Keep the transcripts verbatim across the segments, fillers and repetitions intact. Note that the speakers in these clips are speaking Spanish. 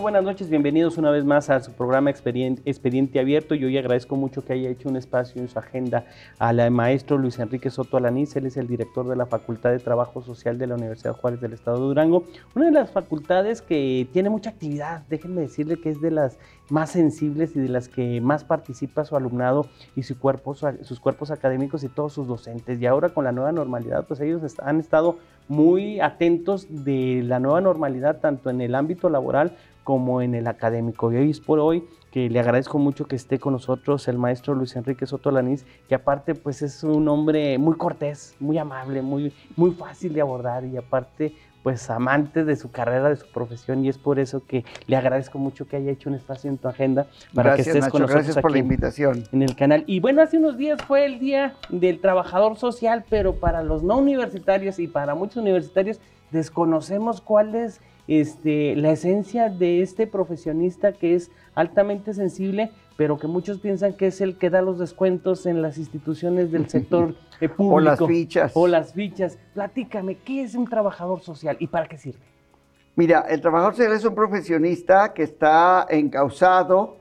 buenas noches, bienvenidos una vez más a su programa Expediente, Expediente Abierto. Yo hoy agradezco mucho que haya hecho un espacio en su agenda al maestro Luis Enrique Soto Alanís. Él es el director de la Facultad de Trabajo Social de la Universidad Juárez del Estado de Durango, una de las facultades que tiene mucha actividad. Déjenme decirle que es de las más sensibles y de las que más participa su alumnado y su cuerpo, sus cuerpos académicos y todos sus docentes. Y ahora con la nueva normalidad, pues ellos han estado muy atentos de la nueva normalidad, tanto en el ámbito laboral como en el académico. Y hoy es por hoy que le agradezco mucho que esté con nosotros el maestro Luis Enrique Soto Alanís, que aparte pues es un hombre muy cortés, muy amable, muy, muy fácil de abordar y aparte pues amante de su carrera, de su profesión, y es por eso que le agradezco mucho que haya hecho un espacio en tu agenda para gracias, que estés Nacho, con nosotros gracias por aquí la invitación. En el canal. Y bueno, hace unos días fue el Día del Trabajador Social, pero para los no universitarios y para muchos universitarios desconocemos cuál es este, la esencia de este profesionista que es altamente sensible, pero que muchos piensan que es el que da los descuentos en las instituciones del sector eh, público. O las fichas. O las fichas. Platícame, ¿qué es un trabajador social y para qué sirve? Mira, el trabajador social es un profesionista que está encausado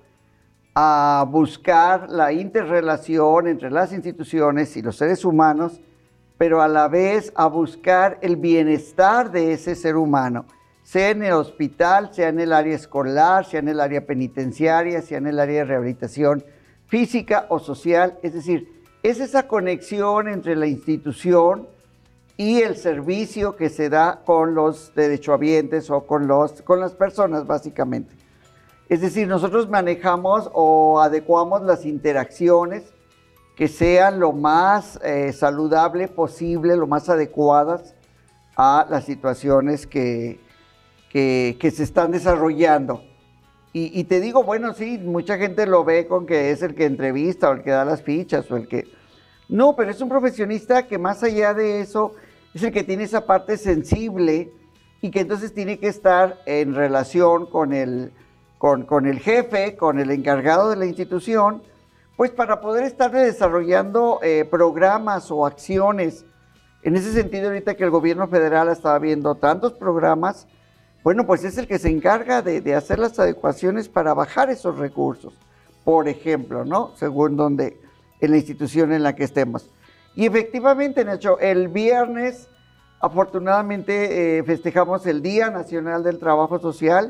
a buscar la interrelación entre las instituciones y los seres humanos, pero a la vez a buscar el bienestar de ese ser humano, sea en el hospital, sea en el área escolar, sea en el área penitenciaria, sea en el área de rehabilitación física o social. Es decir, es esa conexión entre la institución y el servicio que se da con los derechohabientes o con, los, con las personas, básicamente. Es decir, nosotros manejamos o adecuamos las interacciones que sean lo más eh, saludable posible, lo más adecuadas a las situaciones que, que, que se están desarrollando. Y, y te digo, bueno, sí, mucha gente lo ve con que es el que entrevista o el que da las fichas o el que... No, pero es un profesionista que más allá de eso es el que tiene esa parte sensible y que entonces tiene que estar en relación con el, con, con el jefe, con el encargado de la institución, pues para poder estar desarrollando eh, programas o acciones. En ese sentido, ahorita que el gobierno federal estaba viendo tantos programas, bueno, pues es el que se encarga de, de hacer las adecuaciones para bajar esos recursos, por ejemplo, ¿no? Según donde, en la institución en la que estemos. Y efectivamente, Nacho, el viernes, afortunadamente, eh, festejamos el Día Nacional del Trabajo Social.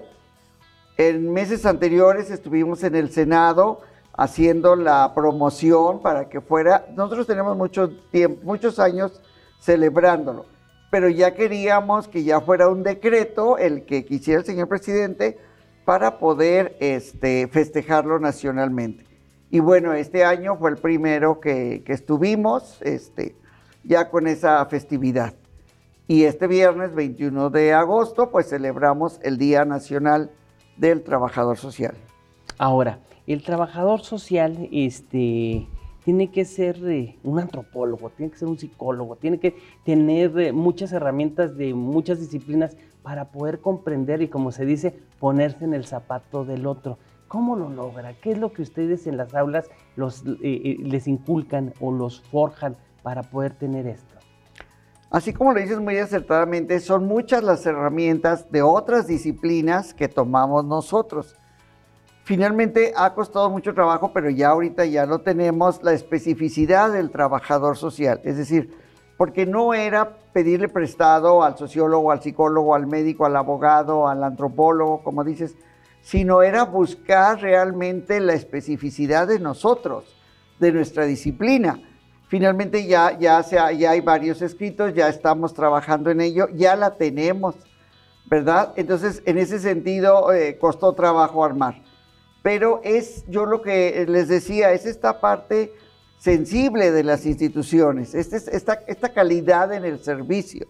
En meses anteriores estuvimos en el Senado haciendo la promoción para que fuera, nosotros tenemos mucho tiempo, muchos años celebrándolo, pero ya queríamos que ya fuera un decreto el que quisiera el señor presidente para poder este, festejarlo nacionalmente. Y bueno, este año fue el primero que, que estuvimos este, ya con esa festividad. Y este viernes veintiuno de agosto, pues celebramos el Día Nacional del Trabajador Social. Ahora, el trabajador social este, tiene que ser eh, un antropólogo, tiene que ser un psicólogo, tiene que tener eh, muchas herramientas de muchas disciplinas para poder comprender y, como se dice, ponerse en el zapato del otro. ¿Cómo lo logra? ¿Qué es lo que ustedes en las aulas los, eh, les inculcan o los forjan para poder tener esto? Así como lo dices muy acertadamente, son muchas las herramientas de otras disciplinas que tomamos nosotros. Finalmente ha costado mucho trabajo, pero ya ahorita ya lo tenemos, la especificidad del trabajador social. Es decir, porque no era pedirle prestado al sociólogo, al psicólogo, al médico, al abogado, al antropólogo, como dices, sino era buscar realmente la especificidad de nosotros, de nuestra disciplina. Finalmente ya, ya, se ha, ya hay varios escritos, ya estamos trabajando en ello, ya la tenemos, ¿verdad? Entonces, en ese sentido, eh, costó trabajo armar. Pero es, yo lo que les decía, es esta parte sensible de las instituciones, este, esta, esta calidad en el servicio.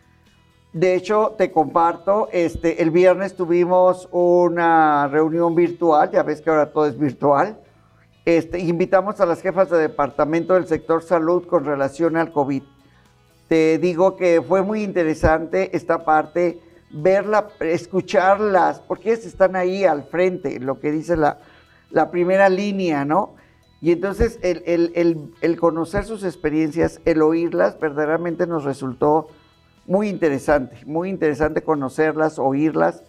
De hecho, te comparto, este, el viernes tuvimos una reunión virtual, ya ves que ahora todo es virtual. Este, invitamos a las jefas de departamento del sector salud con relación al COVID. Te digo que fue muy interesante esta parte, verla, escucharlas, porque ellas están ahí al frente, lo que dice la, la primera línea, ¿no? Y entonces el, el, el, el conocer sus experiencias, el oírlas, verdaderamente nos resultó muy interesante, muy interesante conocerlas, oírlas,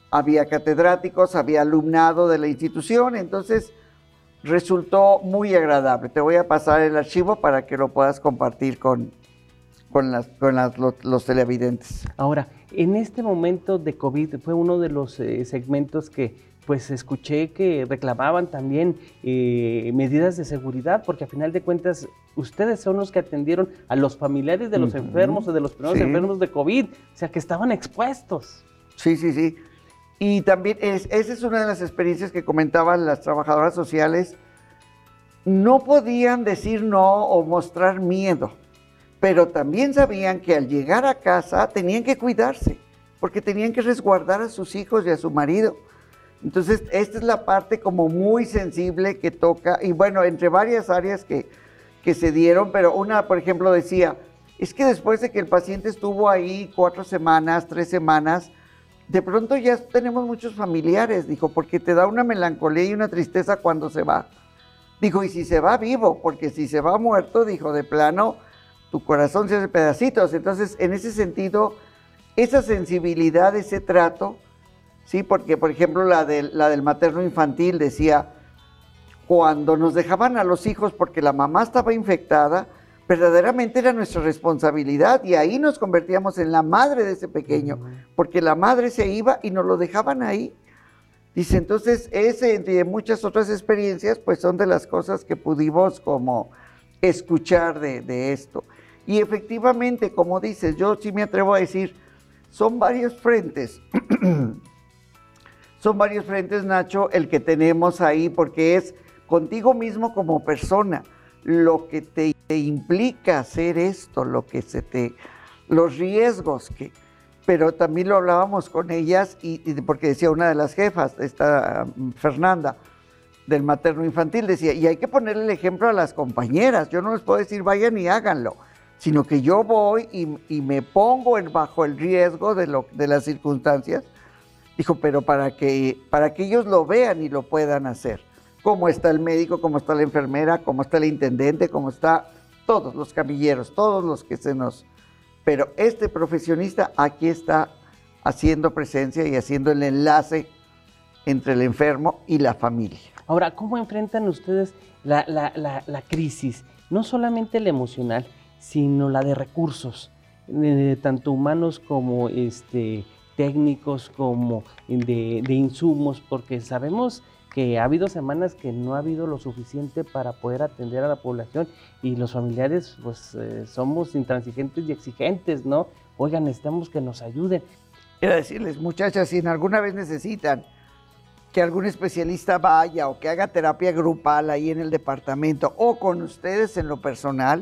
había catedráticos, había alumnado de la institución, entonces resultó muy agradable. Te voy a pasar el archivo para que lo puedas compartir con, con, las, con las, los, los televidentes. Ahora, en este momento de COVID fue uno de los eh, segmentos que pues escuché que reclamaban también eh, medidas de seguridad, porque a final de cuentas ustedes son los que atendieron a los familiares de los uh-huh. enfermos o de los primeros sí. enfermos de COVID, o sea que estaban expuestos. Sí, sí, sí. Y también es, esa es una de las experiencias que comentaban las trabajadoras sociales. No podían decir no o mostrar miedo, pero también sabían que al llegar a casa tenían que cuidarse, porque tenían que resguardar a sus hijos y a su marido. Entonces, esta es la parte como muy sensible que toca, y bueno, entre varias áreas que, que se dieron, pero una, por ejemplo, decía, es que después de que el paciente estuvo ahí cuatro semanas, tres semanas, de pronto ya tenemos muchos familiares, dijo, porque te da una melancolía y una tristeza cuando se va. Dijo, y si se va vivo, porque si se va muerto, dijo, de plano, tu corazón se hace pedacitos. Entonces, en ese sentido, esa sensibilidad, ese trato, sí, porque, por ejemplo, la del, la del materno infantil decía, cuando nos dejaban a los hijos porque la mamá estaba infectada, verdaderamente era nuestra responsabilidad y ahí nos convertíamos en la madre de ese pequeño, porque la madre se iba y nos lo dejaban ahí. Dice, entonces, ese, entre muchas otras experiencias, pues son de las cosas que pudimos como escuchar de, de esto. Y efectivamente, como dices, yo sí me atrevo a decir, son varios frentes. Son varios frentes, Nacho, el que tenemos ahí, porque es contigo mismo como persona, lo que te, te implica hacer esto, lo que se te, los riesgos que, pero también lo hablábamos con ellas, y, y porque decía una de las jefas, esta um, Fernanda, del materno infantil, decía, y hay que ponerle el ejemplo a las compañeras, yo no les puedo decir vayan y háganlo, sino que yo voy y, y me pongo en, bajo el riesgo de, lo, de las circunstancias. Dijo, pero para que, para que ellos lo vean y lo puedan hacer. Cómo está el médico, cómo está la enfermera, cómo está el intendente, cómo está todos los camilleros, todos los que se nos... Pero este profesionista aquí está haciendo presencia y haciendo el enlace entre el enfermo y la familia. Ahora, ¿cómo enfrentan ustedes la, la, la, la crisis? No solamente la emocional, sino la de recursos, eh, tanto humanos como este... técnicos como de, de insumos, porque sabemos que ha habido semanas que no ha habido lo suficiente para poder atender a la población y los familiares pues eh, somos intransigentes y exigentes, ¿no? Oigan, necesitamos que nos ayuden. Quiero decirles, muchachas, si en alguna vez necesitan que algún especialista vaya o que haga terapia grupal ahí en el departamento o con ustedes en lo personal,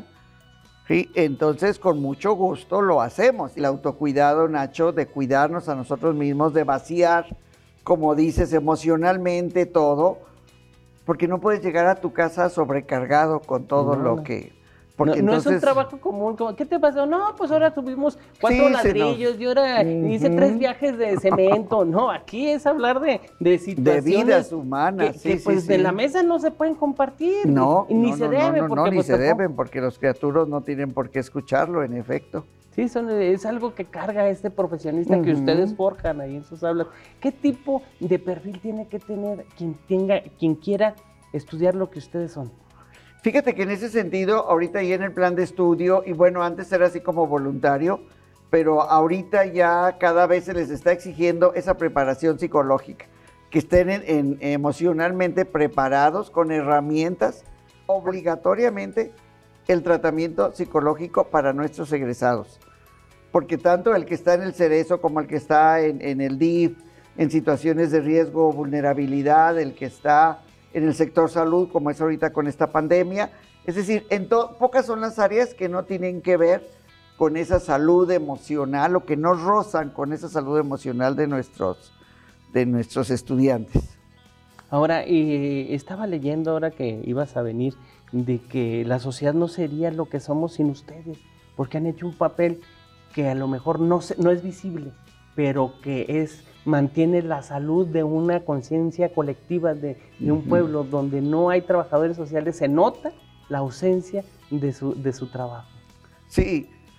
sí, entonces con mucho gusto lo hacemos. El autocuidado, Nacho, de cuidarnos a nosotros mismos, de vaciar, como dices, emocionalmente todo, porque no puedes llegar a tu casa sobrecargado con todo no, lo que... Porque no, entonces... no es un trabajo común, como, ¿qué te pasó? No, pues ahora tuvimos cuatro sí, ladrillos y ahora uh-huh. hice tres viajes de cemento. No, aquí es hablar de, de situaciones... De vidas humanas, que, sí, que pues sí, de sí. la mesa no se pueden compartir. No, y, ni no, se no, debe. No, no, porque, no, ni pues, se deben, porque los criaturos no tienen por qué escucharlo, en efecto. Sí, son, es algo que carga este profesionista uh-huh. que ustedes forjan ahí en sus aulas. ¿Qué tipo de perfil tiene que tener quien tenga, quien quiera estudiar lo que ustedes son? Fíjate que en ese sentido, ahorita ya en el plan de estudio, y bueno, antes era así como voluntario, pero ahorita ya cada vez se les está exigiendo esa preparación psicológica, que estén en, en, emocionalmente preparados con herramientas, obligatoriamente el tratamiento psicológico para nuestros egresados. Porque tanto el que está en el Cerezo como el que está en, en el D I F, en situaciones de riesgo o vulnerabilidad, el que está en el sector salud, como es ahorita con esta pandemia. Es decir, en pocas son las áreas que no tienen que ver con esa salud emocional o que no rozan con esa salud emocional de nuestros, de nuestros estudiantes. Ahora, eh, estaba leyendo ahora que ibas a venir de que la sociedad no sería lo que somos sin ustedes, porque han hecho un papel que a lo mejor no, se, no es visible, pero que es... mantiene la salud de una conciencia colectiva de, de un pueblo donde no hay trabajadores sociales, se nota la ausencia de su, de su trabajo. Sí,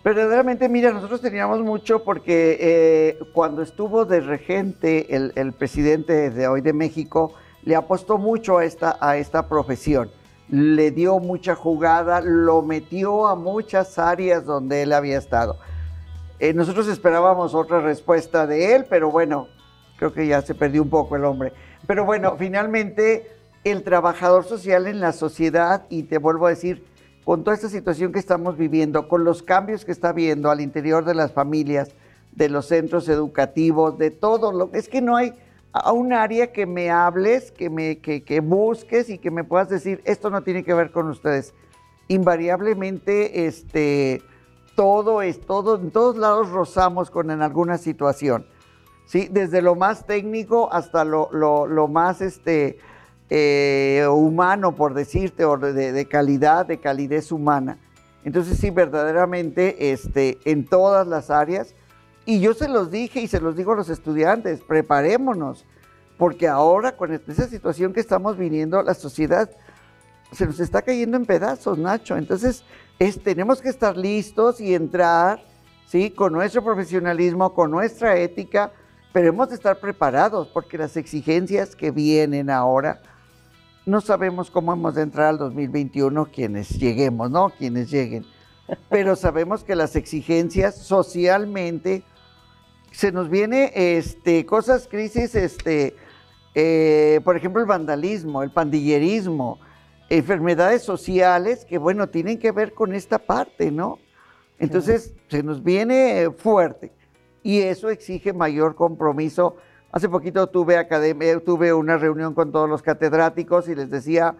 Verdaderamente, mira, nosotros teníamos mucho porque eh, cuando estuvo de regente el, el presidente de hoy de México, le apostó mucho a esta, a esta profesión. Le dio mucha jugada, lo metió a muchas áreas donde él había estado. Eh, nosotros esperábamos otra respuesta de él, pero bueno, creo que ya se perdió un poco el hombre. Pero bueno, finalmente el trabajador social en la sociedad, y te vuelvo a decir, con toda esta situación que estamos viviendo, con los cambios que está habiendo al interior de las familias, de los centros educativos, de todo, lo, es que no hay a un área que me hables, que, me, que, que busques y que me puedas decir, esto no tiene que ver con ustedes. Invariablemente, este, todo es, todo, en todos lados rozamos con en alguna situación, ¿sí? Desde lo más técnico hasta lo, lo, lo más, este... Eh, humano, por decirte, o de, de calidad, de calidez humana. Entonces sí, verdaderamente, este, en todas las áreas, y yo se los dije y se los digo a los estudiantes, preparémonos, porque ahora con esa situación que estamos viviendo, la sociedad se nos está cayendo en pedazos, Nacho. Entonces es, tenemos que estar listos y entrar, ¿sí? Con nuestro profesionalismo, con nuestra ética, pero hemos de estar preparados, porque las exigencias que vienen ahora, no sabemos cómo hemos de entrar al dos mil veintiuno quienes lleguemos, ¿no? Quienes lleguen. Pero sabemos que las exigencias socialmente, se nos viene este, cosas, crisis, este, eh, por ejemplo, el vandalismo, el pandillerismo, enfermedades sociales que, bueno, tienen que ver con esta parte, ¿no? Entonces, sí, se nos viene fuerte y eso exige mayor compromiso. Hace poquito tuve, academia, tuve una reunión con todos los catedráticos y les decía,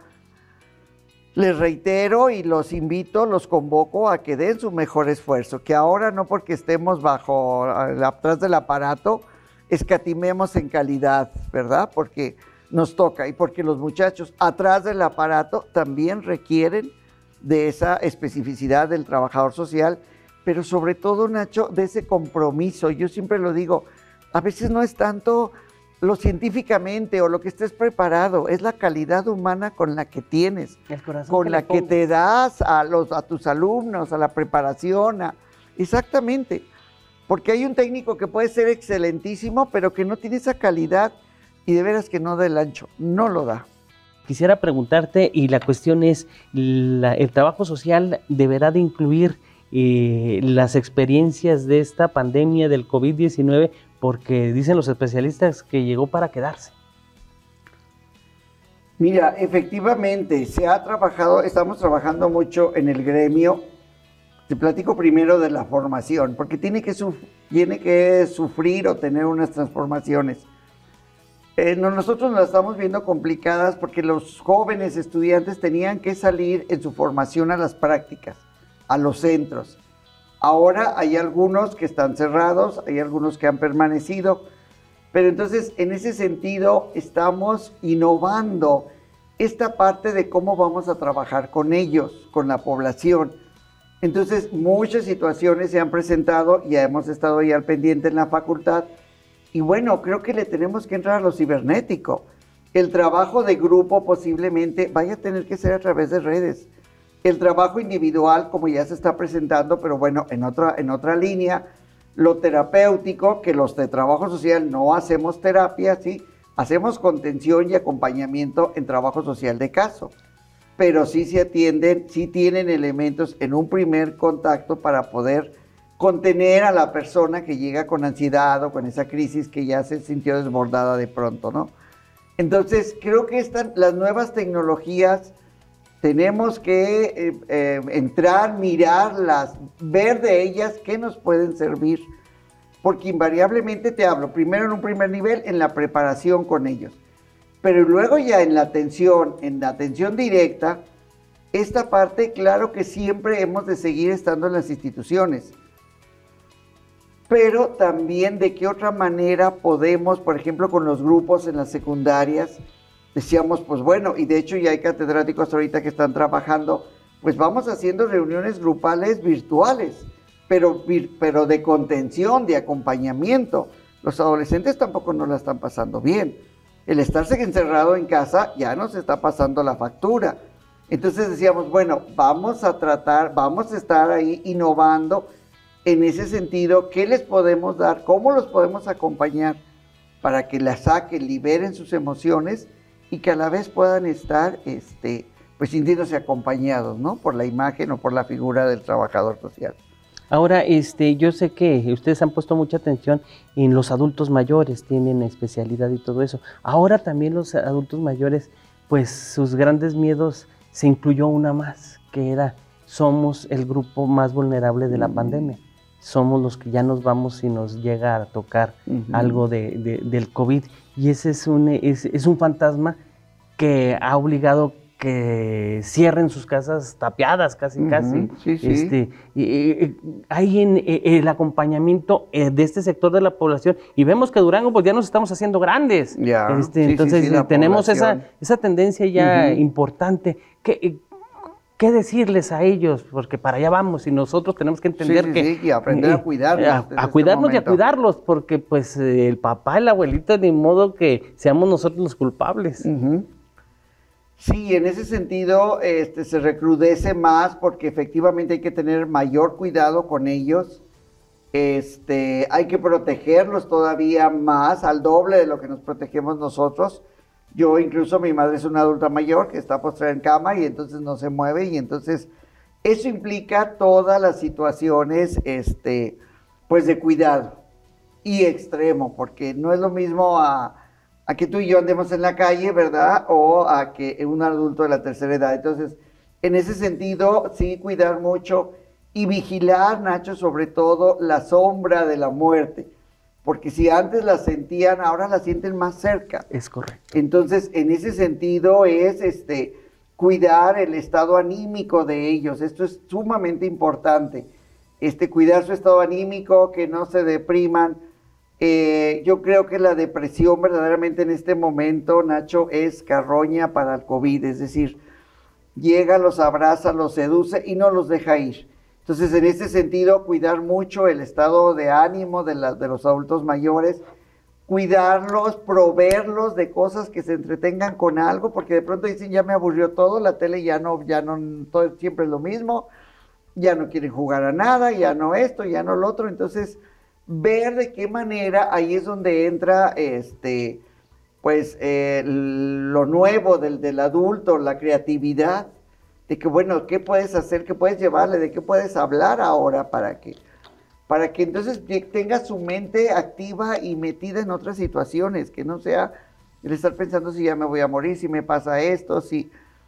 les reitero y los invito, los convoco a que den su mejor esfuerzo, que ahora no porque estemos bajo, atrás del aparato, escatimemos en calidad, ¿verdad? Porque nos toca y porque los muchachos atrás del aparato también requieren de esa especificidad del trabajador social, pero sobre todo, Nacho, de ese compromiso. Yo siempre lo digo, a veces no es tanto lo científicamente o lo que estés preparado, es la calidad humana con la que tienes, con que la que te das a, los, a tus alumnos, a la preparación. A, exactamente, porque hay un técnico que puede ser excelentísimo, pero que no tiene esa calidad y de veras que no da el ancho, no lo da. Quisiera preguntarte, y la cuestión es, la, ¿el trabajo social deberá de incluir eh, las experiencias de esta pandemia del COVID diecinueve? Porque dicen los especialistas que llegó para quedarse. Mira, efectivamente, se ha trabajado, estamos trabajando mucho en el gremio. Te platico primero de la formación, porque tiene que, suf tiene que sufrir o tener unas transformaciones. Eh, nosotros las estamos viendo complicadas porque los jóvenes estudiantes tenían que salir en su formación a las prácticas, a los centros. Ahora hay algunos que están cerrados, hay algunos que han permanecido, pero entonces en ese sentido estamos innovando esta parte de cómo vamos a trabajar con ellos, con la población. Entonces muchas situaciones se han presentado, ya hemos estado ahí al pendiente en la facultad, y bueno, creo que le tenemos que entrar a lo cibernético. El trabajo de grupo posiblemente vaya a tener que ser a través de redes. El trabajo individual, como ya se está presentando, pero bueno, en otra, en otra línea, lo terapéutico, que los de trabajo social no hacemos terapia, ¿sí? Hacemos contención y acompañamiento en trabajo social de caso, pero sí se atienden, sí tienen elementos en un primer contacto para poder contener a la persona que llega con ansiedad o con esa crisis que ya se sintió desbordada de pronto, ¿no? Entonces, creo que están las nuevas tecnologías. Tenemos que eh, eh, entrar, mirarlas, ver de ellas qué nos pueden servir, porque invariablemente te hablo, primero en un primer nivel, en la preparación con ellos, pero luego ya en la atención, en la atención directa, esta parte, claro que siempre hemos de seguir estando en las instituciones, pero también de qué otra manera podemos, por ejemplo, con los grupos en las secundarias, decíamos, pues bueno, y de hecho ya hay catedráticos ahorita que están trabajando, pues vamos haciendo reuniones grupales virtuales, pero, pero de contención, de acompañamiento. Los adolescentes tampoco nos la están pasando bien. El estarse encerrado en casa ya nos está pasando la factura. Entonces decíamos, bueno, vamos a tratar, vamos a estar ahí innovando en ese sentido, ¿qué les podemos dar? ¿Cómo los podemos acompañar para que la saquen, liberen sus emociones y que a la vez puedan estar este, pues sintiéndose acompañados, ¿no? Por la imagen o por la figura del trabajador social. Ahora, este, yo sé que ustedes han puesto mucha atención en los adultos mayores, tienen especialidad y todo eso. Ahora también los adultos mayores, pues sus grandes miedos se incluyó una más, que era, somos el grupo más vulnerable de la mm. pandemia. Somos los que ya nos vamos si nos llega a tocar uh-huh. algo de, de, del COVID. Y ese es un, es, es un fantasma que ha obligado que cierren sus casas tapiadas casi, uh-huh. casi. Sí, sí. Este, y, y, hay en, el acompañamiento de este sector de la población y vemos que Durango pues ya nos estamos haciendo grandes. Ya, este, sí, entonces sí, sí, tenemos esa, esa tendencia ya uh-huh. importante. Que, ¿Qué decirles a ellos? Porque para allá vamos y nosotros tenemos que entender sí, sí, que... Sí, y aprender eh, a cuidarnos. A, a cuidarnos este y a cuidarlos, porque pues el papá y la abuelita, ni modo que seamos nosotros los culpables. Uh-huh. Sí, en ese sentido este, se recrudece más porque efectivamente hay que tener mayor cuidado con ellos. Este, hay que protegerlos todavía más, al doble de lo que nos protegemos nosotros. Yo incluso, mi madre es una adulta mayor que está postrada en cama y entonces no se mueve y entonces eso implica todas las situaciones este, pues de cuidado y extremo, porque no es lo mismo a, a que tú y yo andemos en la calle, ¿verdad? O a que un adulto de la tercera edad. Entonces, en ese sentido, sí, cuidar mucho y vigilar, Nacho, sobre todo la sombra de la muerte. Porque si antes la sentían, ahora la sienten más cerca. Es correcto. Entonces, en ese sentido es este, cuidar el estado anímico de ellos. Esto es sumamente importante. Este, cuidar su estado anímico, que no se depriman. Eh, yo creo que la depresión verdaderamente en este momento, Nacho, es carroña para el COVID. Es decir, llega, los abraza, los seduce y no los deja ir. Entonces, en ese sentido, cuidar mucho el estado de ánimo de, la, de los adultos mayores, cuidarlos, proveerlos de cosas que se entretengan con algo, porque de pronto dicen, ya me aburrió todo, la tele ya no, ya no, todo siempre es lo mismo, ya no quieren jugar a nada, ya no esto, ya no lo otro. Entonces, ver de qué manera, ahí es donde entra, este, pues, eh, lo nuevo del, del adulto, la creatividad, de que, bueno, ¿qué puedes hacer? ¿Qué puedes llevarle? ¿De qué puedes hablar ahora para que, para que entonces tenga su mente activa y metida en otras situaciones? Que no sea el estar pensando si ya me voy a morir, si me pasa esto, si,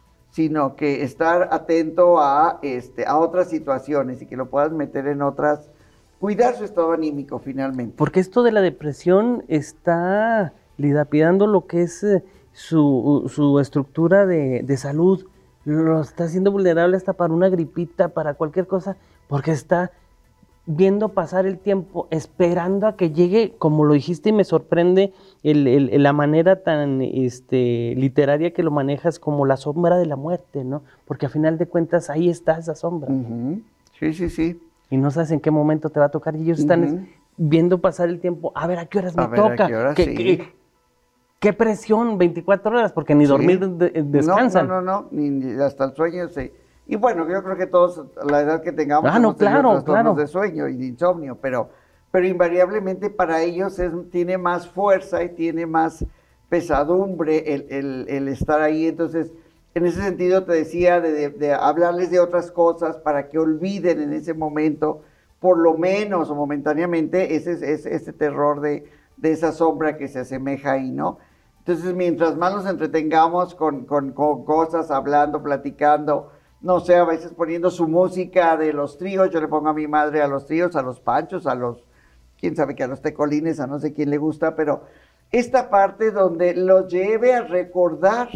sino que estar atento a, este, a otras situaciones y que lo puedas meter en otras, cuidar su estado anímico finalmente. Porque esto de la depresión está dilapidando lo que es eh, su, su estructura de, de salud. Lo está haciendo vulnerable hasta para una gripita, para cualquier cosa, porque está viendo pasar el tiempo, esperando a que llegue, como lo dijiste y me sorprende el, el, la manera tan este, literaria que lo manejas, como la sombra de la muerte, ¿no? Porque a final de cuentas ahí está esa sombra. Uh-huh. Sí, sí, sí. Y no sabes en qué momento te va a tocar y ellos están uh-huh. viendo pasar el tiempo, a ver a qué horas me a ver, toca. ¿a qué horas, ¿Qué, sí. qué, qué presión, veinticuatro horas, porque ni sí. dormir de, descansan. No, no, no, no, ni hasta el sueño se... Y bueno, yo creo que todos, a la edad que tengamos, ah, no, hemos tenido claro, trastornos claro. de sueño y de insomnio, pero, pero invariablemente para ellos es, tiene más fuerza y tiene más pesadumbre el, el, el estar ahí. Entonces, en ese sentido te decía de, de, de hablarles de otras cosas para que olviden en ese momento, por lo menos o momentáneamente, ese, ese, ese terror de, de esa sombra que se asemeja ahí, ¿no? Entonces, mientras más nos entretengamos con, con, con cosas, hablando, platicando, no sé, a veces poniendo su música de los tríos, yo le pongo a mi madre a los tríos, a los panchos, a los, quién sabe que a los tecolines, a no sé quién le gusta, pero esta parte donde los lleve a recordar,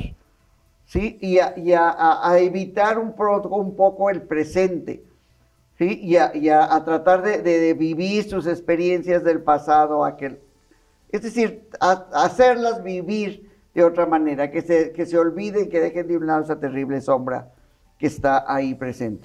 ¿sí? Y a, y a, a, a evitar un, pro, un poco el presente, ¿sí? Y a, y a, a tratar de, de, de vivir sus experiencias del pasado, aquel, es decir, a, a hacerlas vivir de otra manera, que se, que se olviden, que dejen de un lado esa terrible sombra que está ahí presente.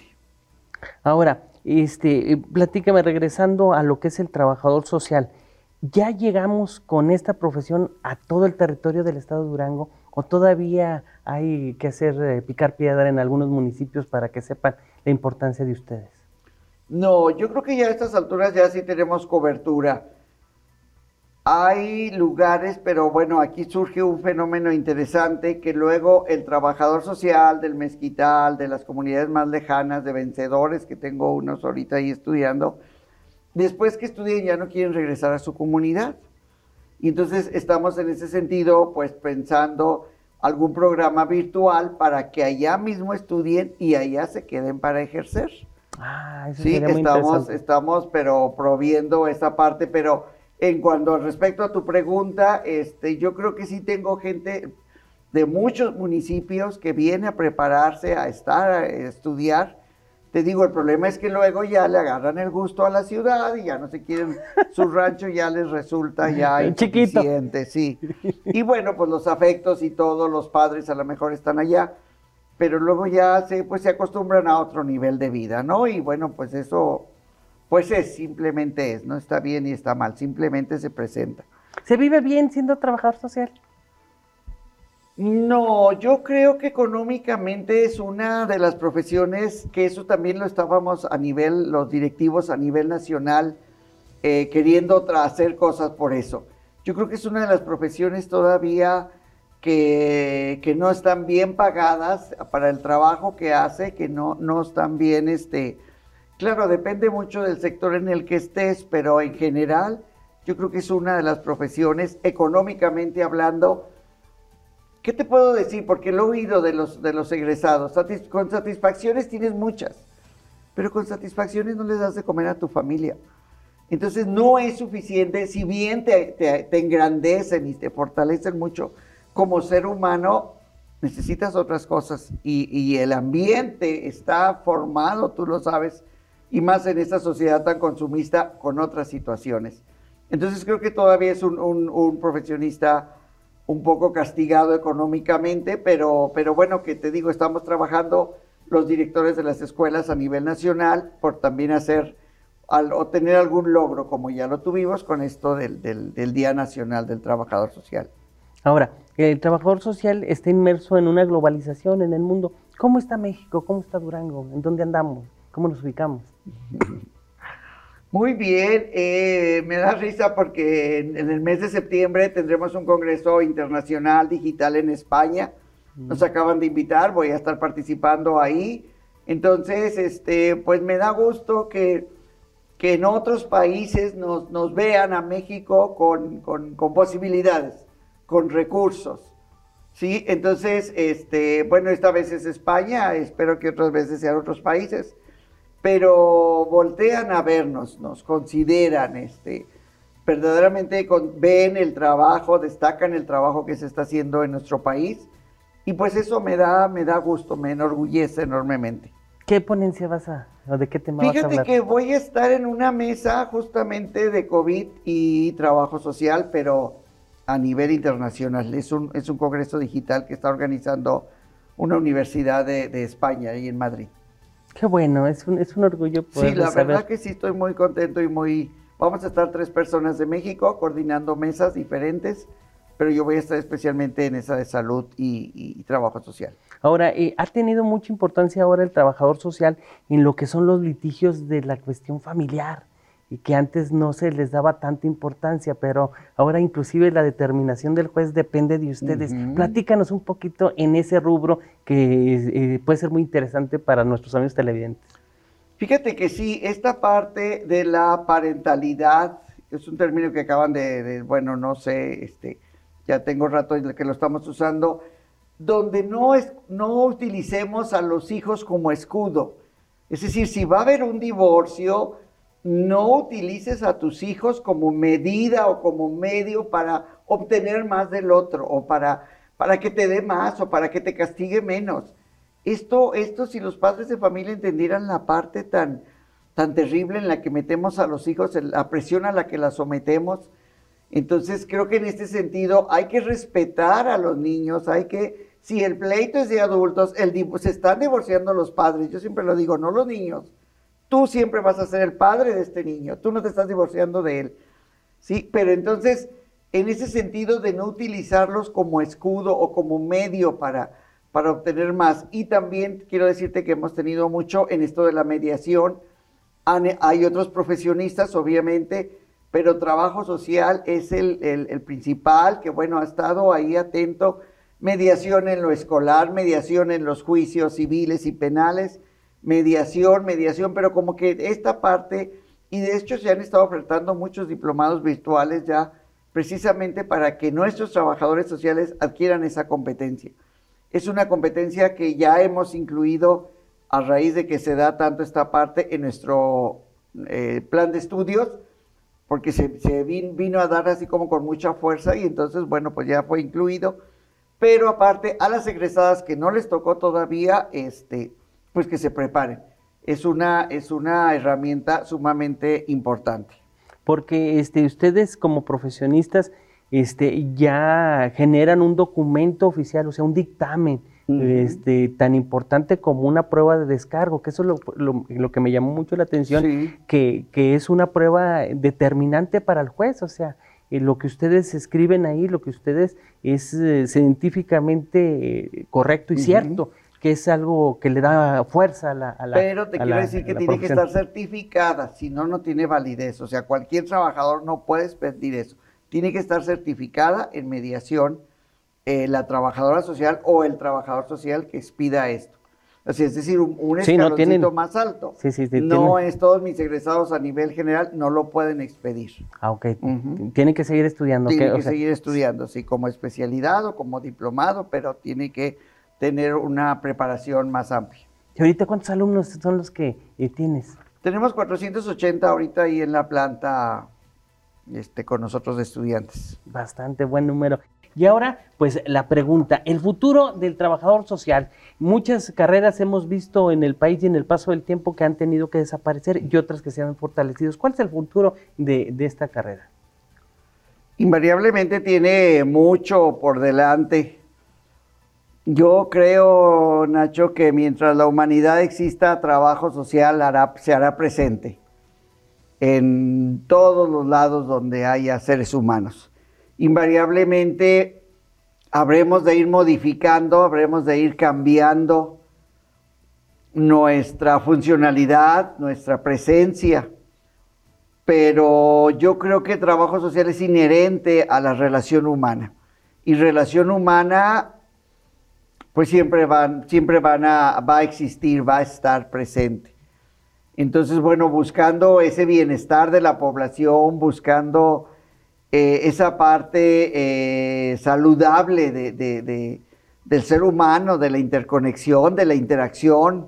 Ahora, este, platícame, regresando a lo que es el trabajador social, ¿ya llegamos con esta profesión a todo el territorio del estado de Durango o todavía hay que hacer eh, picar piedra en algunos municipios para que sepan la importancia de ustedes? No, yo creo que ya a estas alturas ya sí tenemos cobertura. Hay lugares, pero bueno, aquí surge un fenómeno interesante que luego el trabajador social del mezquital, de las comunidades más lejanas, de vencedores, que tengo unos ahorita ahí estudiando, después que estudien ya no quieren regresar a su comunidad. Y entonces estamos en ese sentido, pues pensando algún programa virtual para que allá mismo estudien y allá se queden para ejercer. Ah, eso Sí, sería muy estamos, interesante. estamos, pero proviendo esa parte, pero en cuanto respecto a tu pregunta, este, yo creo que sí tengo gente de muchos municipios que viene a prepararse, a estar, a estudiar. Te digo, el problema es que luego ya le agarran el gusto a la ciudad y ya no se quieren, su rancho ya les resulta ya Chiquito. insuficiente, sí. Y bueno, pues los afectos y todos los padres a lo mejor están allá, pero luego ya se, pues se acostumbran a otro nivel de vida, ¿no? Y bueno, pues eso, pues es, simplemente es, no está bien ni está mal, simplemente se presenta. ¿Se vive bien siendo trabajador social? No, yo creo que económicamente es una de las profesiones que eso también lo estábamos a nivel, los directivos a nivel nacional, eh, queriendo tra- hacer cosas por eso. Yo creo que es una de las profesiones todavía que, que no están bien pagadas para el trabajo que hace, que no, no están bien, este, claro, depende mucho del sector en el que estés, pero en general yo creo que es una de las profesiones económicamente hablando. ¿Qué te puedo decir? Porque lo he oído de los, de los egresados. Satis- con satisfacciones tienes muchas, pero con satisfacciones no les das de comer a tu familia. Entonces no es suficiente, si bien te, te, te engrandecen y te fortalecen mucho como ser humano, necesitas otras cosas. Y, y el ambiente está formado, tú lo sabes, y más en esta sociedad tan consumista con otras situaciones. Entonces creo que todavía es un, un, un profesionista un poco castigado económicamente, pero, pero bueno, que te digo, estamos trabajando los directores de las escuelas a nivel nacional por también hacer al, o tener algún logro, como ya lo tuvimos con esto del, del, del Día Nacional del Trabajador Social. Ahora, el trabajador social está inmerso en una globalización en el mundo. ¿Cómo está México? ¿Cómo está Durango? ¿En dónde andamos? ¿Cómo nos ubicamos? Muy bien, eh, me da risa porque en, en el mes de septiembre tendremos un congreso internacional digital en España. Nos acaban de invitar, voy a estar participando ahí. Entonces, este, pues me da gusto que, que en otros países nos, nos vean a México con, con, con posibilidades, con recursos. Sí, entonces, este, bueno, esta vez es España, espero que otras veces sean otros países, pero voltean a vernos, nos consideran, este, verdaderamente con, ven el trabajo, destacan el trabajo que se está haciendo en nuestro país, y pues eso me da, me da gusto, me enorgullece enormemente. ¿Qué ponencia vas a, o de qué tema vas a Fíjate hablar? que voy a estar en una mesa justamente de COVID y trabajo social, pero a nivel internacional. Es un, es un congreso digital que está organizando una universidad de, de España, ahí en Madrid. Qué bueno, es un, es un orgullo poder Sí, la saber. verdad que sí estoy muy contento y muy... Vamos a estar tres personas de México coordinando mesas diferentes, pero yo voy a estar especialmente en esa de salud y, y, y trabajo social. Ahora, eh, ha tenido mucha importancia ahora el trabajador social en lo que son los litigios de la cuestión familiar, y que antes no se les daba tanta importancia, pero ahora inclusive la determinación del juez depende de ustedes. Ujú. Platícanos un poquito en ese rubro que eh, puede ser muy interesante para nuestros amigos televidentes. Fíjate que sí, esta parte de la parentalidad, es un término que acaban de, de bueno, no sé, este, ya tengo rato que lo estamos usando, donde no, es, no utilicemos a los hijos como escudo. Es decir, si va a haber un divorcio, no utilices a tus hijos como medida o como medio para obtener más del otro, o para, para que te dé más, o para que te castigue menos. Esto, esto, si los padres de familia entendieran la parte tan, tan terrible en la que metemos a los hijos, la presión a la que la sometemos, entonces creo que en este sentido hay que respetar a los niños, hay que, si el pleito es de adultos, el, se están divorciando los padres, yo siempre lo digo, no los niños, tú siempre vas a ser el padre de este niño, tú no te estás divorciando de él, ¿sí? Pero entonces, en ese sentido de no utilizarlos como escudo o como medio para, para obtener más, y también quiero decirte que hemos tenido mucho en esto de la mediación, Hay otros profesionistas, obviamente, pero trabajo social es el, el, el principal, que bueno, ha estado ahí atento. Mediación en lo escolar, mediación en los juicios civiles y penales, mediación, mediación, pero como que esta parte, y de hecho se han estado ofertando muchos diplomados virtuales ya, precisamente para que nuestros trabajadores sociales adquieran esa competencia. Es una competencia que ya hemos incluido a raíz de que se da tanto esta parte en nuestro eh, plan de estudios, porque se, se vino a dar así como con mucha fuerza y entonces, bueno, pues ya fue incluido. Pero aparte, a las egresadas que no les tocó todavía, este, pues que se preparen. Es una, es una herramienta sumamente importante. Porque este, ustedes como profesionistas este, ya generan un documento oficial, o sea, un dictamen, uh-huh. este, tan importante como una prueba de descargo, que eso es lo, lo, lo que me llamó mucho la atención, sí. que, que es una prueba determinante para el juez, o sea, Eh, lo que ustedes escriben ahí, lo que ustedes es eh, científicamente eh, correcto y uh-huh. cierto, que es algo que le da fuerza a la a la Pero te a quiero la, decir que tiene que estar certificada, si no, no tiene validez. O sea, cualquier trabajador no puede pedir eso. Tiene que estar certificada en mediación eh, la trabajadora social o el trabajador social que expida esto. O sea, es decir, un, un sí, escaloncito no tienen, más alto. Sí, sí, sí, no tienen, es todos mis egresados a nivel general, no lo pueden expedir. Ah, ok. Uh-huh. Tienen que seguir estudiando. Tienen que que o sea, seguir estudiando, sí, como especialidad o como diplomado, pero tiene que tener una preparación más amplia. ¿Y ahorita cuántos alumnos son los que eh, tienes? Tenemos cuatrocientos ochenta ahorita ahí en la planta este, con nosotros de estudiantes. Bastante buen número. Y ahora, pues la pregunta, el futuro del trabajador social. Muchas carreras hemos visto en el país y en el paso del tiempo que han tenido que desaparecer y otras que se han fortalecido. ¿Cuál es el futuro de, de esta carrera? Invariablemente tiene mucho por delante. Yo creo, Nacho, que mientras la humanidad exista, trabajo social hará, se hará presente en todos los lados donde haya seres humanos. Invariablemente habremos de ir modificando, habremos de ir cambiando nuestra funcionalidad, nuestra presencia, pero yo creo que el trabajo social es inherente a la relación humana, y relación humana pues siempre, van, siempre van a, va a existir, va a estar presente. Entonces, bueno, buscando ese bienestar de la población, buscando Eh, esa parte eh, saludable de, de, de, del ser humano, de la interconexión, de la interacción,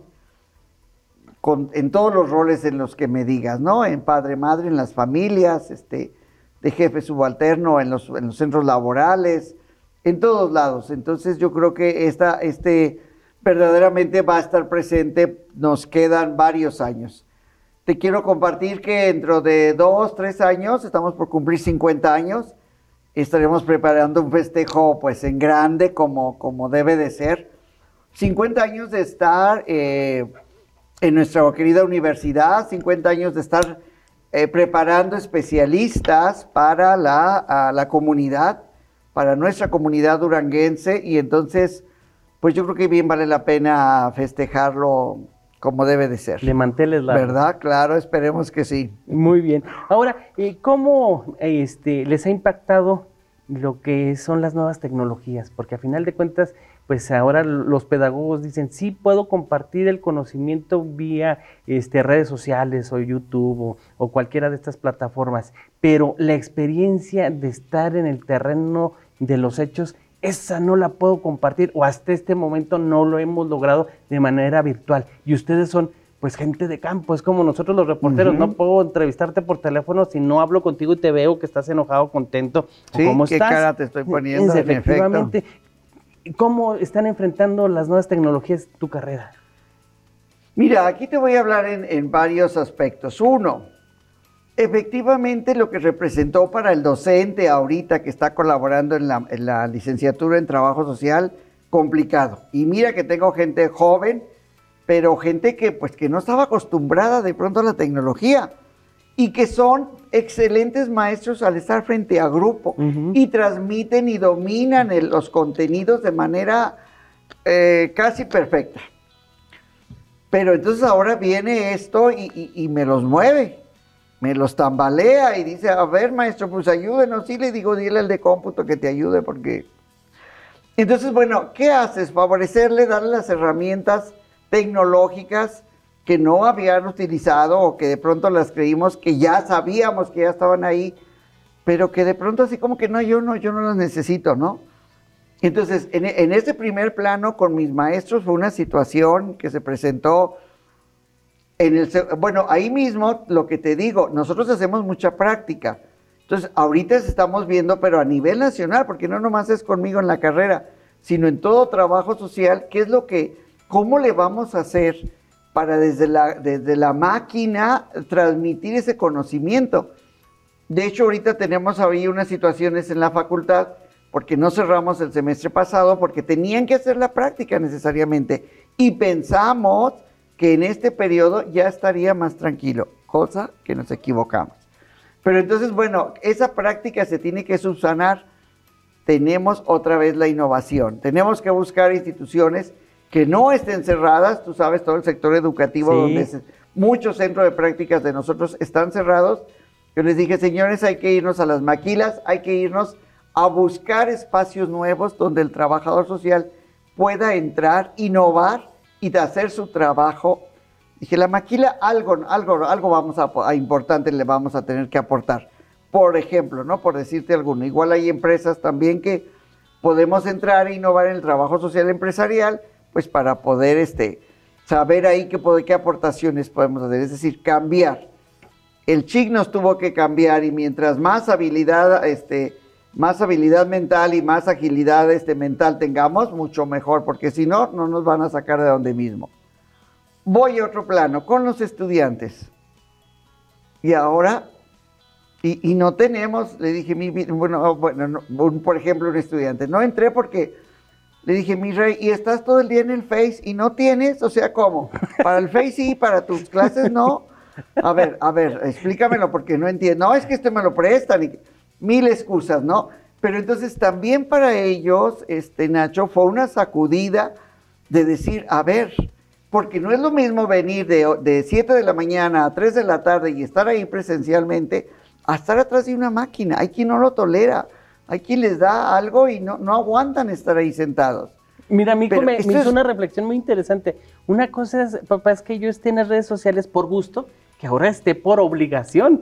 con, en todos los roles en los que me digas, ¿no? En padre, madre, en las familias, este, de jefe subalterno, en los, en los centros laborales, en todos lados. Entonces yo creo que esta, este verdaderamente va a estar presente, nos quedan varios años. Te quiero compartir que dentro de dos, tres años, estamos por cumplir cincuenta años, estaremos preparando un festejo pues en grande como, como debe de ser. cincuenta años de estar eh, en nuestra querida universidad, cincuenta años de estar eh, preparando especialistas para la, a la comunidad, para nuestra comunidad duranguense, y entonces pues yo creo que bien vale la pena festejarlo como debe de ser. De manteles largos. ¿Verdad? Claro, esperemos que sí. Muy bien. Ahora, ¿cómo este, les ha impactado lo que son las nuevas tecnologías? Porque a final de cuentas, pues ahora los pedagogos dicen, sí puedo compartir el conocimiento vía este, redes sociales o YouTube o, o cualquiera de estas plataformas, pero la experiencia de estar en el terreno de los hechos, esa no la puedo compartir, o hasta este momento no lo hemos logrado de manera virtual. Y ustedes son pues gente de campo, es como nosotros los reporteros, uh-huh. No puedo entrevistarte por teléfono si no hablo contigo y te veo que estás enojado, contento, sí, ¿cómo qué estás? cara te estoy poniendo, es, efectivamente. ¿Cómo están enfrentando las nuevas tecnologías tu carrera? Mira, aquí te voy a hablar en, en varios aspectos. Uno, efectivamente lo que representó para el docente ahorita que está colaborando en la, en la licenciatura en trabajo social, complicado. Y mira que tengo gente joven, pero gente que pues que no estaba acostumbrada de pronto a la tecnología y que son excelentes maestros al estar frente a grupo, uh-huh. y transmiten y dominan el, los contenidos de manera eh, casi perfecta. Pero entonces ahora viene esto y, y, y me los mueve, me los tambalea y dice, a ver, maestro, pues ayúdenos. Sí, le digo, dile al de cómputo que te ayude porque... Entonces, bueno, ¿qué haces? Favorecerle, darle las herramientas tecnológicas que no habían utilizado o que de pronto las creímos que ya sabíamos que ya estaban ahí, pero que de pronto así como que no, yo no, yo no las necesito, ¿no? Entonces, en, en este primer plano con mis maestros fue una situación que se presentó en el... Bueno, ahí mismo, lo que te digo, nosotros hacemos mucha práctica. Entonces, ahorita estamos viendo, pero a nivel nacional, porque no nomás es conmigo en la carrera, sino en todo trabajo social, qué es lo que, cómo le vamos a hacer para desde la, desde la máquina transmitir ese conocimiento. De hecho, ahorita tenemos ahí unas situaciones en la facultad, porque no cerramos el semestre pasado, porque tenían que hacer la práctica necesariamente, y pensamos que en este periodo ya estaría más tranquilo, cosa que nos equivocamos. Pero entonces, bueno, esa práctica se tiene que subsanar. Tenemos otra vez la innovación. Tenemos que buscar instituciones que no estén cerradas. Tú sabes, todo el sector educativo, sí, donde es, muchos centros de prácticas de nosotros están cerrados. Yo les dije, señores, hay que irnos a las maquilas, hay que irnos a buscar espacios nuevos donde el trabajador social pueda entrar, innovar y de hacer su trabajo. Dije, la maquila, algo, algo, algo vamos a, a importante le vamos a tener que aportar. Por ejemplo, ¿no? Por decirte alguno. Igual hay empresas también que podemos entrar e innovar en el trabajo social empresarial, pues para poder este, saber ahí qué, qué aportaciones podemos hacer. Es decir, cambiar. El C I C nos tuvo que cambiar y mientras más habilidad, este, más habilidad mental y más agilidad este, mental tengamos, mucho mejor, porque si no, no nos van a sacar de donde mismo. Voy a otro plano, con los estudiantes. Y ahora, y, y no tenemos, le dije, mi, bueno, bueno no, un, por ejemplo, un estudiante, no entré porque, le dije, mi rey, y estás todo el día en el Face y no tienes, o sea, ¿cómo? Para el Face sí, para tus clases no. A ver, a ver, explícamelo porque no entiendo. No, es que este me lo prestan y mil excusas, ¿no? Pero entonces también para ellos, este, Nacho, fue una sacudida de decir, a ver, porque no es lo mismo venir de siete de la mañana a tres de la tarde y estar ahí presencialmente, a estar atrás de una máquina. Hay quien no lo tolera, hay quien les da algo y no, no aguantan estar ahí sentados. Mira, mi hijo me, me hizo es... una reflexión muy interesante. Una cosa es, papá, es que yo esté en las redes sociales por gusto, que ahora esté por obligación,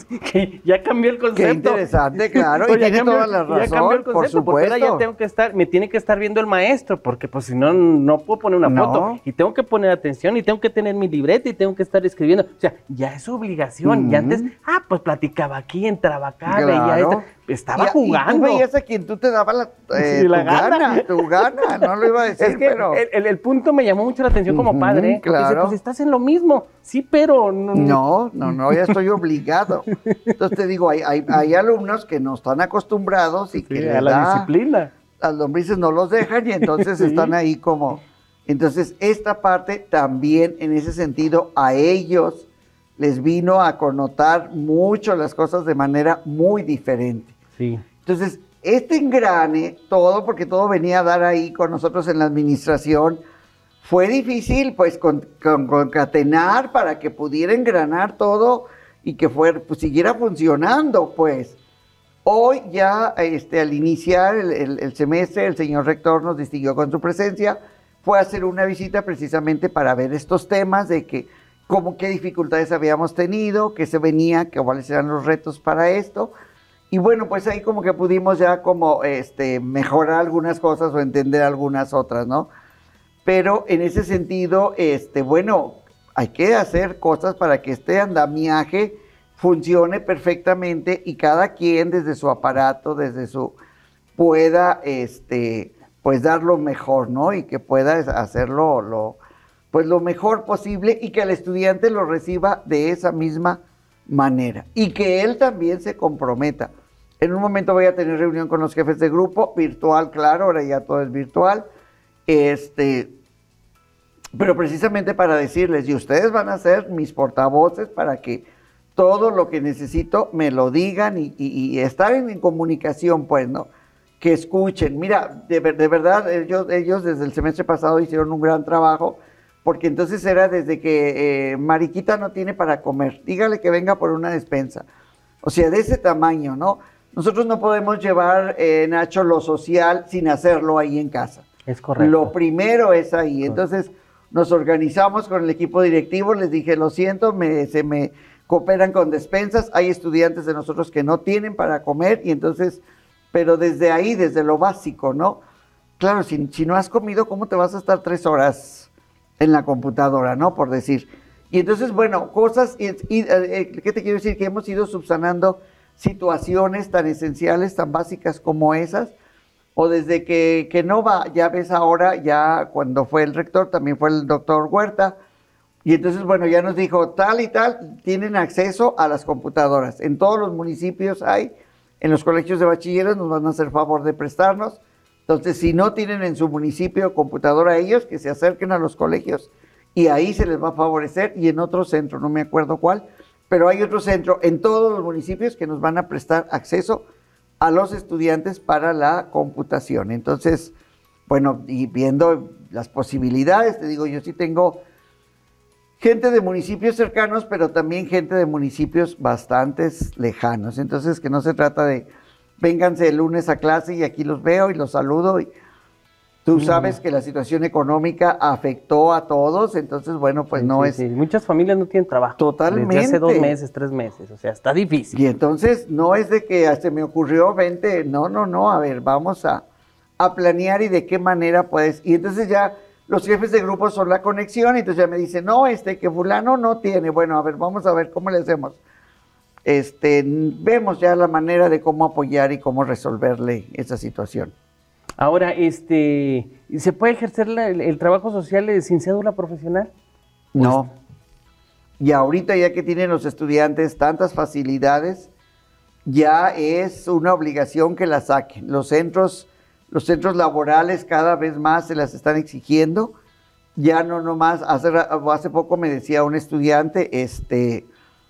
que ya cambió el concepto. Qué interesante, claro, y tiene toda la razón, ya cambió el concepto, por supuesto. Porque ahora ya tengo que estar, me tiene que estar viendo el maestro, porque pues si no, no puedo poner una no. foto, y tengo que poner atención, y tengo que tener mi libreta, y tengo que estar escribiendo, o sea, ya es obligación, mm. y antes, ah, pues platicaba aquí, entraba acá, claro. veía esta, estaba y, jugando. Y tú veías a quien tú te dabas la, eh, sí, la tu gana. gana, tu gana, no lo iba a decir, es que pero... El, el, el punto me llamó mucho la atención como uh-huh, padre, claro. Dice, pues estás en lo mismo, sí, pero... No, no, no, no ya estoy obligado. Entonces te digo, hay, hay, hay alumnos que no están acostumbrados y sí, que a les la da, disciplina. Las lombrices no los dejan y entonces sí. están ahí como... Entonces esta parte también en ese sentido a ellos les vino a connotar mucho las cosas de manera muy diferente. Sí. Entonces, este engrane, todo, porque todo venía a dar ahí con nosotros en la administración, fue difícil, pues, con, con, concatenar para que pudiera engranar todo y que fuera, pues, siguiera funcionando, pues. Hoy ya, este, al iniciar el, el, el semestre, el señor rector nos distinguió con su presencia, fue a hacer una visita precisamente para ver estos temas de que, cómo, qué dificultades habíamos tenido, qué se venía, qué cuáles eran los retos para esto. Y bueno, pues ahí como que pudimos ya como este, mejorar algunas cosas o entender algunas otras, ¿no? Pero en ese sentido, este, bueno, hay que hacer cosas para que este andamiaje funcione perfectamente y cada quien desde su aparato, desde su, pueda, este, pues dar lo mejor, ¿no? Y que pueda hacerlo, lo, pues lo mejor posible y que el estudiante lo reciba de esa misma manera y que él también se comprometa. En un momento voy a tener reunión con los jefes de grupo, virtual, claro, ahora ya todo es virtual, este, pero precisamente para decirles, y ustedes van a ser mis portavoces para que todo lo que necesito me lo digan y, y, y estar en, en comunicación, pues, ¿no? Que escuchen. Mira, de, de verdad, ellos, ellos desde el semestre pasado hicieron un gran trabajo porque entonces era desde que eh, Mariquita no tiene para comer, dígale que venga por una despensa. O sea, de ese tamaño, ¿no? Nosotros no podemos llevar, eh, Nacho, lo social sin hacerlo ahí en casa. Es correcto. Lo primero es ahí. Entonces nos organizamos con el equipo directivo, les dije, lo siento, me, se me cooperan con despensas, hay estudiantes de nosotros que no tienen para comer y entonces, pero desde ahí, desde lo básico, ¿no? Claro, si, si no has comido, ¿cómo te vas a estar tres horas en la computadora, ¿no? Por decir. Y entonces, bueno, cosas, y, y, eh, ¿qué te quiero decir? Que hemos ido subsanando situaciones tan esenciales, tan básicas como esas, o desde que, que no va, ya ves ahora, ya cuando fue el rector, también fue el doctor Huerta, y entonces, bueno, ya nos dijo, tal y tal, tienen acceso a las computadoras. En todos los municipios hay, en los colegios de bachilleros nos van a hacer favor de prestarnos. Entonces, si no tienen en su municipio computadora ellos, que se acerquen a los colegios y ahí se les va a favorecer, y en otro centro, no me acuerdo cuál, pero hay otro centro en todos los municipios que nos van a prestar acceso a los estudiantes para la computación. Entonces, bueno, y viendo las posibilidades, te digo, yo sí tengo gente de municipios cercanos, pero también gente de municipios bastante lejanos. Entonces, que no se trata de, vénganse el lunes a clase y aquí los veo y los saludo. Y tú sabes que la situación económica afectó a todos, entonces, bueno, pues sí, no sí, es... Sí. Muchas familias no tienen trabajo. Totalmente. Desde hace dos meses, tres meses, o sea, está difícil. Y entonces, no es de que se me ocurrió, vente, no, no, no, a ver, vamos a, a planear y de qué manera puedes... Y entonces ya los jefes de grupo son la conexión, y entonces ya me dicen, no, este, que fulano no tiene, bueno, a ver, vamos a ver cómo le hacemos. Este, vemos ya la manera de cómo apoyar y cómo resolverle esa situación. Ahora, este, ¿se puede ejercer la, el, el trabajo social sin cédula profesional? No. Y ahorita ya que tienen los estudiantes tantas facilidades, ya es una obligación que la saquen. Los centros, los centros laborales cada vez más se las están exigiendo. Ya no nomás, hace, hace poco me decía un estudiante, este,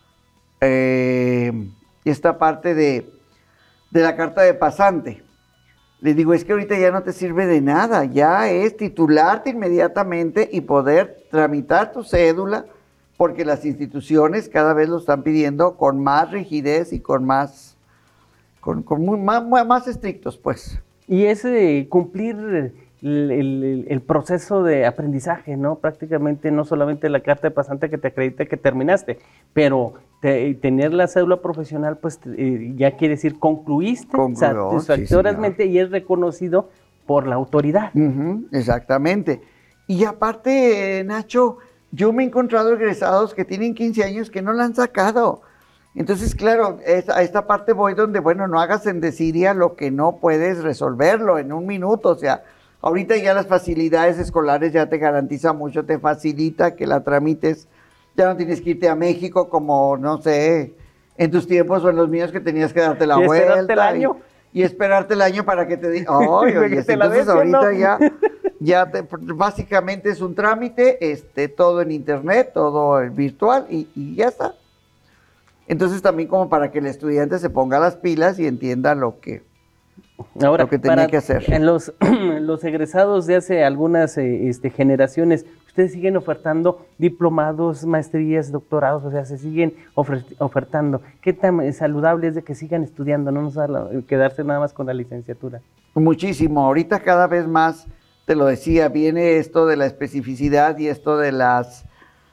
eh, esta parte de, de la carta de pasante. Le digo, es que ahorita ya no te sirve de nada, ya es titularte inmediatamente y poder tramitar tu cédula, porque las instituciones cada vez lo están pidiendo con más rigidez y con más, con, con muy, más, más estrictos, pues. Y es eh, cumplir el, el, el proceso de aprendizaje, ¿no? Prácticamente no solamente la carta de pasante que te acredita que terminaste, pero te, tener la cédula profesional, pues eh, ya quiere decir concluiste Concluyó, satisfactoriamente, sí, y es reconocido por la autoridad. Uh-huh, exactamente. Y aparte, Nacho, yo me he encontrado egresados que tienen quince años que no la han sacado. Entonces, claro, es, a esta parte voy donde, bueno, no hagas en desidia lo que no puedes resolverlo en un minuto. O sea, ahorita ya las facilidades escolares ya te garantiza mucho, te facilita que la tramites. Ya no tienes que irte a México como, no sé, en tus tiempos o en los míos que tenías que darte la ¿Y vuelta. esperarte el año? Y, y esperarte el año para que te digan, oh, oye, entonces ahorita ¿no? ya, ya te, básicamente es un trámite, este, todo en internet, todo virtual y, y ya está. Entonces también como para que el estudiante se ponga las pilas y entienda lo que, Ahora, lo que tenía para, que hacer. En los, los egresados de hace algunas eh, este, generaciones, ustedes siguen ofertando diplomados, maestrías, doctorados, o sea, se siguen ofertando. ¿Qué tan saludable es de que sigan estudiando, no nos quedarse nada más con la licenciatura? Muchísimo. Ahorita cada vez más, te lo decía, viene esto de la especificidad y esto de las...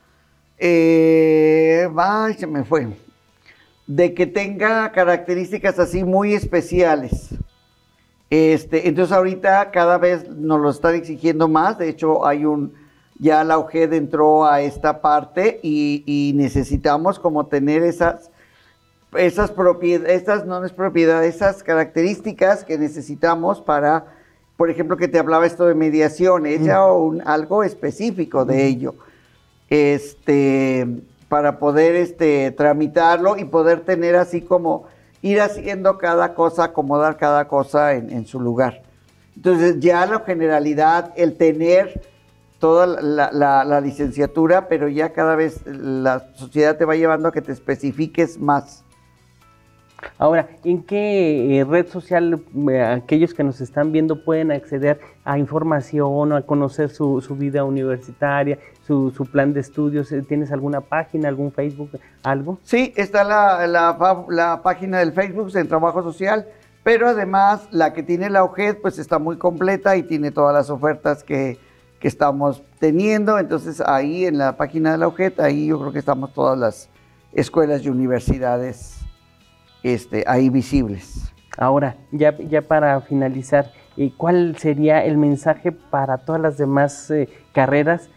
Eh, ay, se me fue. De que tenga características así muy especiales. Este, entonces ahorita cada vez nos lo están exigiendo más. De hecho, hay un... Ya la U G E D entró a esta parte y, y necesitamos como tener esas, esas propiedades, estas no es propiedad, esas características que necesitamos para, por ejemplo, que te hablaba esto de mediación, ella mm. un, algo específico de mm. ello, este, para poder este, tramitarlo y poder tener así como ir haciendo cada cosa, acomodar cada cosa en, en su lugar. Entonces ya la generalidad, el tener toda la, la, la licenciatura, pero ya cada vez la sociedad te va llevando a que te especifiques más. Ahora, ¿en qué eh, red social eh, aquellos que nos están viendo pueden acceder a información o a conocer su, su vida universitaria, su, su plan de estudios? ¿Tienes alguna página, algún Facebook, algo? Sí, está la, la, la página del Facebook en Trabajo Social, pero además la que tiene la U G E D pues está muy completa y tiene todas las ofertas que, que estamos teniendo. Entonces ahí en la página de la U G E D, ahí yo creo que estamos todas las escuelas y universidades este, ahí visibles. Ahora, ya, ya para finalizar, ¿cuál sería el mensaje para todas las demás eh, carreras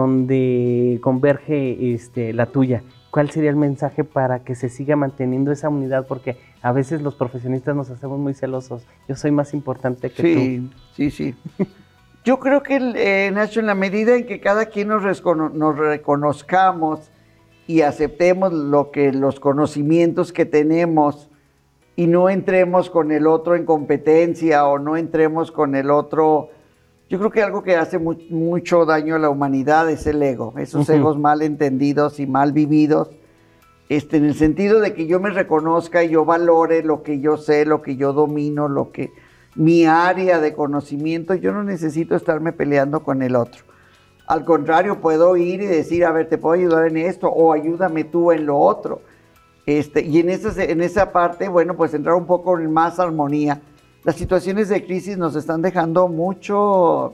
donde converge este, la tuya? ¿Cuál sería el mensaje para que se siga manteniendo esa unidad? Porque a veces los profesionistas nos hacemos muy celosos. Yo soy más importante que sí, tú. Sí, sí, sí. Yo creo que, eh, Nacho, en la medida en que cada quien nos, recono- nos reconozcamos y aceptemos lo que, los conocimientos que tenemos, y no entremos con el otro en competencia o no entremos con el otro. Yo creo que algo que hace mu mucho daño a la humanidad es el ego, esos uh-huh. egos mal entendidos y mal vividos, este, en el sentido de que yo me reconozca y yo valore lo que yo sé, lo que yo domino, lo que mi área de conocimiento. Yo no necesito estarme peleando con el otro. Al contrario, puedo ir y decir, a ver, te puedo ayudar en esto o ayúdame tú en lo otro. Este, y en esa, en esa parte, bueno, pues entrar un poco en más armonía. Las situaciones de crisis nos están dejando mucho,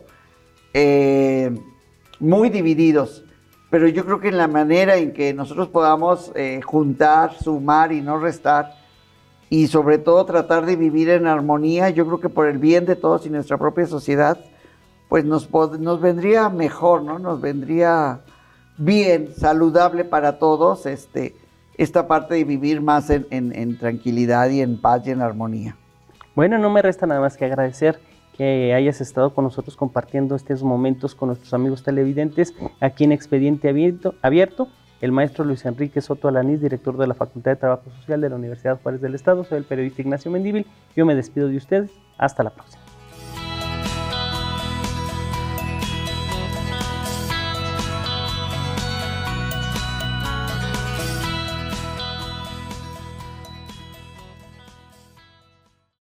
eh, muy divididos, pero yo creo que en la manera en que nosotros podamos eh, juntar, sumar y no restar, y sobre todo tratar de vivir en armonía, yo creo que por el bien de todos y nuestra propia sociedad, pues nos, nos vendría mejor, ¿no? Nos vendría bien, saludable para todos, este, esta parte de vivir más en, en, en tranquilidad y en paz y en armonía. Bueno, no me resta nada más que agradecer que hayas estado con nosotros compartiendo estos momentos con nuestros amigos televidentes aquí en Expediente Abierto, abierto. El maestro Luis Enrique Soto Alanís, director de la Facultad de Trabajo Social de la Universidad Juárez del Estado. Soy el periodista Ignacio Mendívil. Yo me despido de ustedes. Hasta la próxima.